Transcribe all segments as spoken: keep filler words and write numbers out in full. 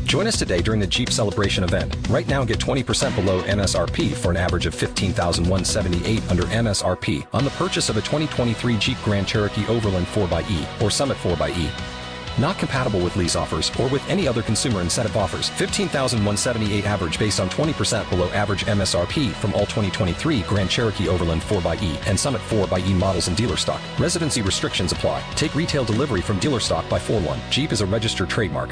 Join us today during the Jeep Celebration event. Right now, get twenty percent below M S R P for an average of fifteen thousand one hundred seventy-eight dollars under M S R P on the purchase of a twenty twenty-three Jeep Grand Cherokee Overland four by E or Summit four by E. Not compatible with lease offers or with any other consumer incentive offers. fifteen thousand one hundred seventy-eight dollars average based on twenty percent below average M S R P from all twenty twenty-three Grand Cherokee Overland four by E and Summit four by E models in dealer stock. Residency restrictions apply. Take retail delivery from dealer stock by four one. Jeep is a registered trademark.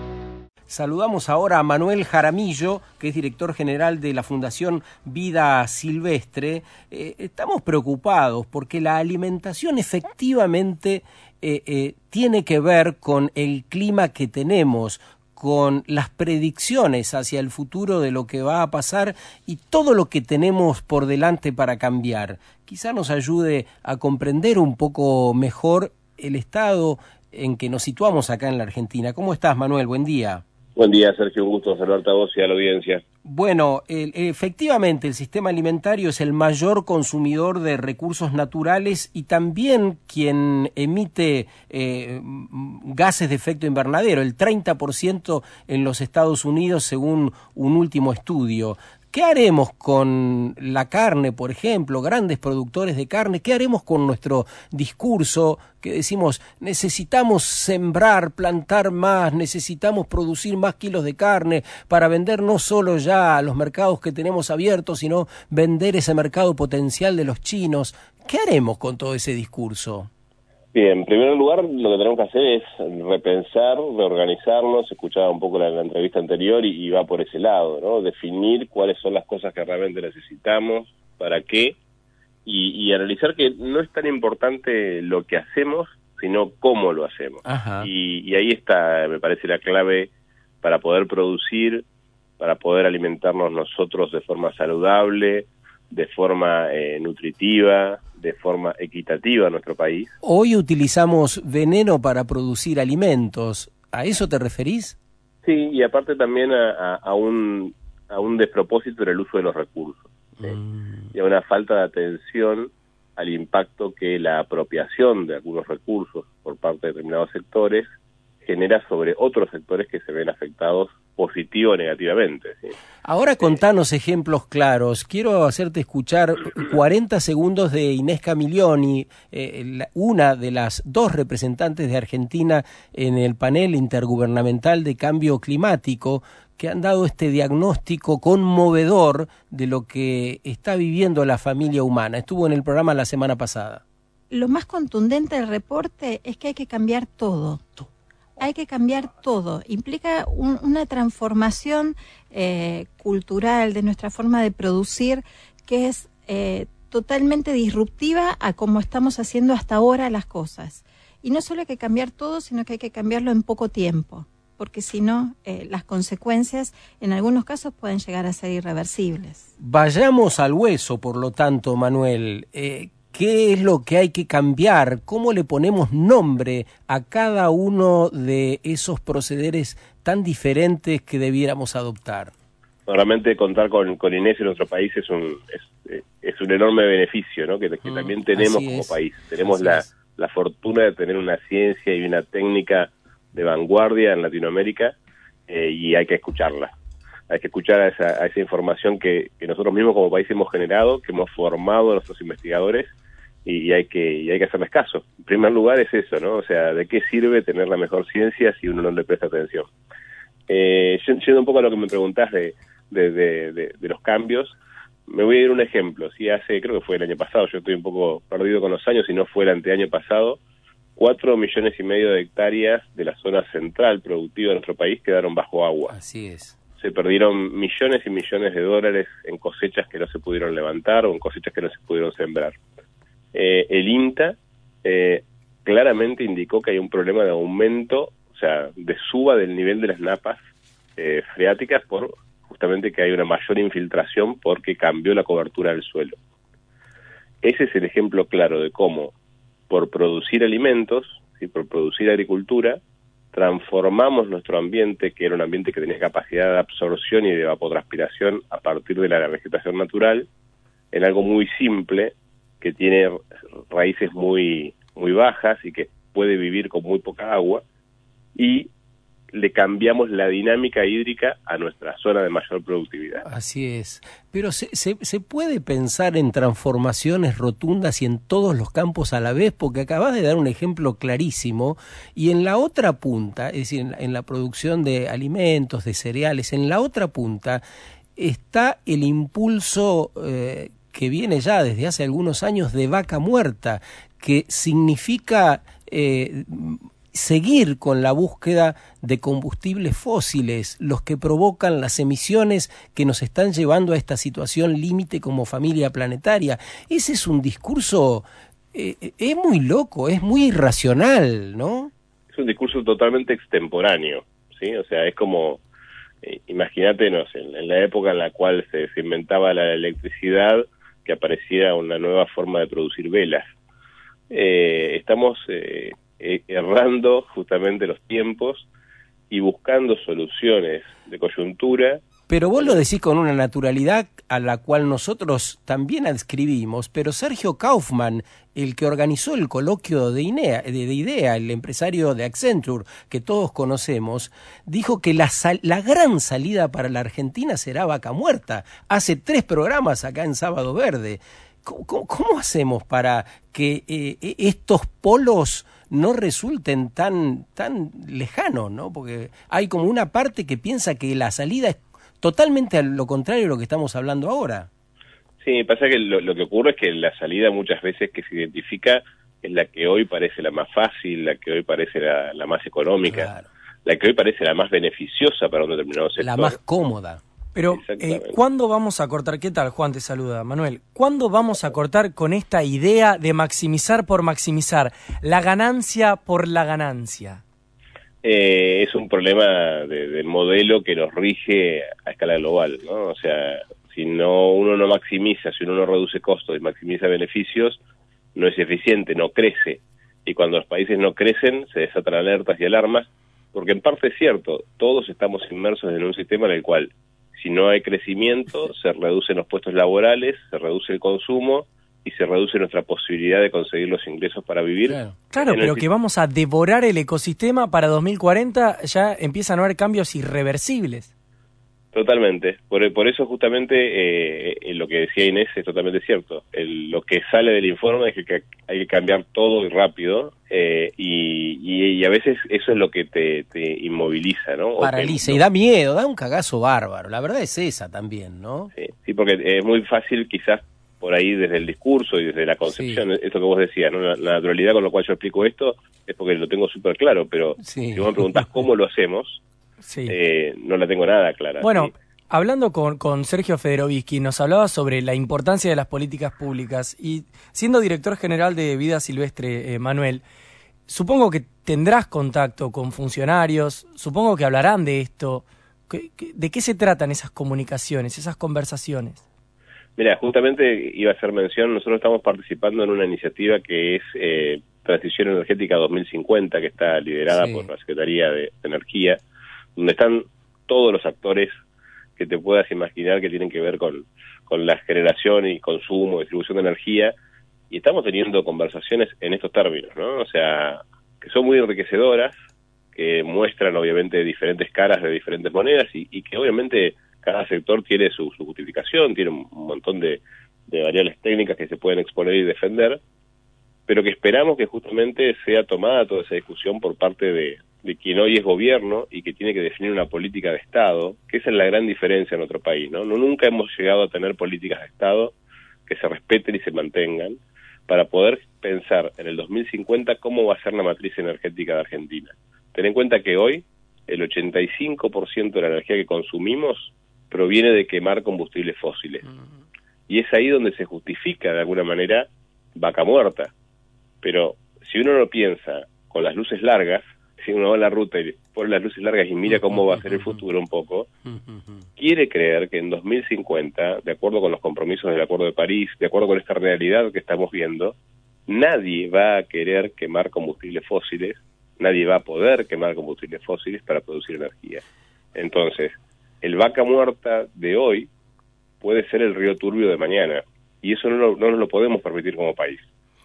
Saludamos ahora a Manuel Jaramillo, que es director general de la Fundación Vida Silvestre. Eh, estamos preocupados porque la alimentación efectivamente eh, eh, tiene que ver con el clima que tenemos, con las predicciones hacia el futuro de lo que va a pasar y todo lo que tenemos por delante para cambiar. Quizá nos ayude a comprender un poco mejor el estado en que nos situamos acá en la Argentina. ¿Cómo estás, Manuel? Buen día. Buen día, Sergio, un gusto saludarte a vos y a la audiencia. Bueno, el, efectivamente el sistema alimentario es el mayor consumidor de recursos naturales y también quien emite eh, gases de efecto invernadero, el treinta por ciento en los Estados Unidos según un último estudio. ¿Qué haremos con la carne, por ejemplo, grandes productores de carne? ¿Qué haremos con nuestro discurso que decimos necesitamos sembrar, plantar más, necesitamos producir más kilos de carne para vender no solo ya a los mercados que tenemos abiertos, sino vender ese mercado potencial de los chinos? ¿Qué haremos con todo ese discurso? Bien, en primer lugar, lo que tenemos que hacer es repensar, reorganizarnos. Escuchaba un poco la, la entrevista anterior y, y va por ese lado, ¿no? Definir cuáles son las cosas que realmente necesitamos, para qué, y, y analizar que no es tan importante lo que hacemos, sino cómo lo hacemos. Y, y ahí está, me parece, la clave para poder producir, para poder alimentarnos nosotros de forma saludable, de forma eh, nutritiva, de forma equitativa en nuestro país. Hoy utilizamos veneno para producir alimentos. ¿A eso te referís? Sí, y aparte también a, a, a, un, a un despropósito en el uso de los recursos, ¿sí? Mm. Y a una falta de atención al impacto que la apropiación de algunos recursos por parte de determinados sectores genera sobre otros sectores que se ven afectados positivo o negativamente, ¿sí? Ahora contanos eh, ejemplos claros. Quiero hacerte escuchar cuarenta segundos de Inés Camilioni, eh, la, una de las dos representantes de Argentina en el panel intergubernamental de cambio climático, que han dado este diagnóstico conmovedor de lo que está viviendo la familia humana. Estuvo en el programa la semana pasada. Lo más contundente del reporte es que hay que cambiar todo. todo. Hay que cambiar todo. Implica un, una transformación eh, cultural de nuestra forma de producir que es eh, totalmente disruptiva a cómo estamos haciendo hasta ahora las cosas. Y no solo hay que cambiar todo, sino que hay que cambiarlo en poco tiempo, porque si no, eh, las consecuencias en algunos casos pueden llegar a ser irreversibles. Vayamos al hueso, por lo tanto, Manuel. Eh, ¿Qué es lo que hay que cambiar? ¿Cómo le ponemos nombre a cada uno de esos procederes tan diferentes que debiéramos adoptar? Realmente contar con, con Inés en nuestro país es un es, es un enorme beneficio, ¿no? que, que mm, también tenemos como es. país. Tenemos la, la fortuna de tener una ciencia y una técnica de vanguardia en Latinoamérica eh, y hay que escucharla. Hay que escuchar a esa, a esa información que, que nosotros mismos como país hemos generado, que hemos formado a nuestros investigadores, y hay que y hay que hacerles caso. En primer lugar es eso, ¿no? O sea, ¿de qué sirve tener la mejor ciencia si uno no le presta atención? Eh, yendo un poco a lo que me preguntás de, de, de, de, de los cambios, me voy a ir un ejemplo. Sí, hace, creo que fue el año pasado, yo estoy un poco perdido con los años, si no fue el anteaño pasado, cuatro millones y medio de hectáreas de la zona central productiva de nuestro país quedaron bajo agua. Así es. Se perdieron millones y millones de dólares en cosechas que no se pudieron levantar o en cosechas que no se pudieron sembrar. Eh, el INTA eh, claramente indicó que hay un problema de aumento, o sea, de suba del nivel de las napas eh, freáticas por justamente que hay una mayor infiltración porque cambió la cobertura del suelo. Ese es el ejemplo claro de cómo, por producir alimentos, ¿sí? por producir agricultura, transformamos nuestro ambiente, que era un ambiente que tenía capacidad de absorción y de evapotranspiración a partir de la vegetación natural, en algo muy simple, que tiene raíces muy muy bajas y que puede vivir con muy poca agua, y le cambiamos la dinámica hídrica a nuestra zona de mayor productividad. Así es. Pero ¿se, se, se puede pensar en transformaciones rotundas y en todos los campos a la vez? Porque acabas de dar un ejemplo clarísimo, y en la otra punta, es decir, en la, en la producción de alimentos, de cereales, en la otra punta está el impulso eh, que viene ya desde hace algunos años de vaca muerta, que significa eh, seguir con la búsqueda de combustibles fósiles, los que provocan las emisiones que nos están llevando a esta situación límite como familia planetaria. Ese es un discurso, eh, es muy loco, es muy irracional, ¿no? Es un discurso totalmente extemporáneo, ¿sí? O sea, es como, eh, imagínate, no sé, en, en la época en la cual se, se inventaba la electricidad, que apareciera una nueva forma de producir velas. Eh, estamos... Eh, errando justamente los tiempos y buscando soluciones de coyuntura. Pero vos lo decís con una naturalidad a la cual nosotros también adscribimos, pero Sergio Kaufman, el que organizó el coloquio de INEA, de, de IDEA, el empresario de Accenture, que todos conocemos, dijo que la, sal, la gran salida para la Argentina será vaca muerta. Hace tres programas acá en Sábado Verde. ¿Cómo, cómo, cómo hacemos para que eh, estos polos no resulten tan tan lejanos, ¿no? Porque hay como una parte que piensa que la salida es totalmente a lo contrario de lo que estamos hablando ahora. Sí, pasa que lo, lo que ocurre es que la salida muchas veces que se identifica es la que hoy parece la más fácil, la que hoy parece la, la más económica, claro, la que hoy parece la más beneficiosa para un determinado sector. La más cómoda. Pero, eh, ¿cuándo vamos a cortar? ¿Qué tal, Juan? Te saluda, Manuel. ¿Cuándo vamos a cortar con esta idea de maximizar por maximizar, la ganancia por la ganancia? Eh, es un problema de, del modelo que nos rige a escala global, ¿no? O sea, si no uno no maximiza, si uno no reduce costos y maximiza beneficios, no es eficiente, no crece. Y cuando los países no crecen, se desatan alertas y alarmas, porque en parte es cierto, todos estamos inmersos en un sistema en el cual si no hay crecimiento, se reducen los puestos laborales, se reduce el consumo y se reduce nuestra posibilidad de conseguir los ingresos para vivir. Claro, claro pero el... que vamos a devorar el ecosistema para dos mil cuarenta, ya empiezan a haber cambios irreversibles. Totalmente. Por, por eso justamente eh, lo que decía Inés es totalmente cierto. El, lo que sale del informe es que hay que cambiar todo y rápido, eh, y, y, y a veces eso es lo que te, te inmoviliza, ¿no? Paraliza y da miedo, da un cagazo bárbaro. La verdad es esa también, ¿no? Sí, sí, porque es muy fácil quizás por ahí desde el discurso y desde la concepción, sí, eso que vos decías, ¿no? La, la naturalidad con la cual yo explico esto es porque lo tengo súper claro, pero sí, si vos me preguntás cómo lo hacemos, sí, eh, no la tengo nada clara. Bueno, ¿sí? Hablando con, con Sergio Federovisky, nos hablaba sobre la importancia de las políticas públicas y siendo director general de Vida Silvestre, eh, Manuel, supongo que tendrás contacto con funcionarios, supongo que hablarán de esto. ¿De qué se tratan esas comunicaciones, esas conversaciones? Mira, justamente iba a hacer mención, nosotros estamos participando en una iniciativa que es eh, Transición Energética dos mil cincuenta, que está liderada sí. por la Secretaría de Energía, donde están todos los actores que te puedas imaginar que tienen que ver con, con la generación y consumo, distribución de energía, y estamos teniendo conversaciones en estos términos, ¿no? O sea, que son muy enriquecedoras, que muestran obviamente diferentes caras de diferentes monedas y, y que obviamente cada sector tiene su, su justificación, tiene un montón de, de variables técnicas que se pueden exponer y defender, pero que esperamos que justamente sea tomada toda esa discusión por parte de, de quien hoy es gobierno y que tiene que definir una política de Estado, que esa es la gran diferencia en nuestro país, ¿no? No nunca hemos llegado a tener políticas de Estado que se respeten y se mantengan para poder pensar en el dos mil cincuenta cómo va a ser la matriz energética de Argentina. Ten en cuenta que hoy el ochenta y cinco por ciento de la energía que consumimos proviene de quemar combustibles fósiles. Uh-huh. Y es ahí donde se justifica de alguna manera vaca muerta. Pero si uno no piensa con las luces largas, si uno va a la ruta y pone las luces largas y mira cómo va a ser el futuro un poco, quiere creer que en dos mil cincuenta, de acuerdo con los compromisos del Acuerdo de París, de acuerdo con esta realidad que estamos viendo, nadie va a querer quemar combustibles fósiles, nadie va a poder quemar combustibles fósiles para producir energía. Entonces, el vaca muerta de hoy puede ser el río turbio de mañana, y eso no, lo, no nos lo podemos permitir como país.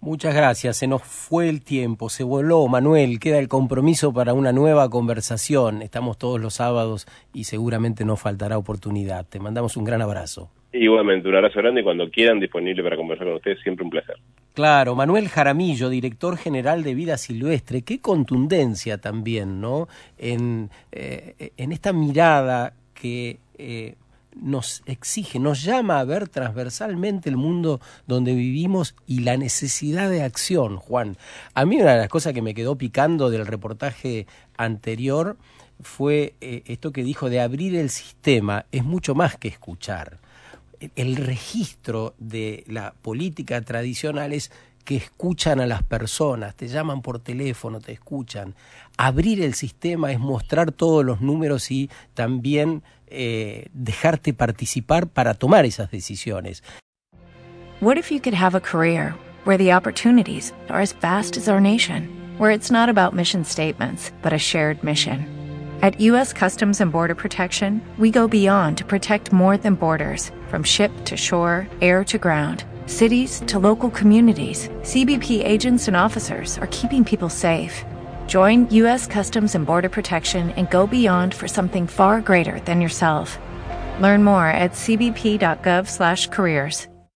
Muchas gracias, se nos fue el tiempo, se voló, Manuel, queda el compromiso para una nueva conversación. Estamos todos los sábados y seguramente no faltará oportunidad. Te mandamos un gran abrazo. Igualmente, un abrazo grande y cuando quieran disponible para conversar con ustedes, siempre un placer. Claro, Manuel Jaramillo, director general de Vida Silvestre, qué contundencia también, ¿no? En, eh, en esta mirada que eh, nos exige, nos llama a ver transversalmente el mundo donde vivimos y la necesidad de acción, Juan. A mí una de las cosas que me quedó picando del reportaje anterior fue eh, esto que dijo de abrir el sistema, es mucho más que escuchar. El registro de la política tradicional es que escuchan a las personas, te llaman por teléfono, te escuchan. Abrir el sistema es mostrar todos los números y también eh, dejarte participar para tomar esas decisiones. What if you could have a career where the opportunities are as vast as our nation, where it's not about mission statements, but a shared mission? At U S Customs and Border Protection, we go beyond to protect more than borders. From ship to shore, air to ground, cities to local communities, C B P agents and officers are keeping people safe. Join U S Customs and Border Protection and go beyond for something far greater than yourself. Learn more at c b p dot gov slash careers.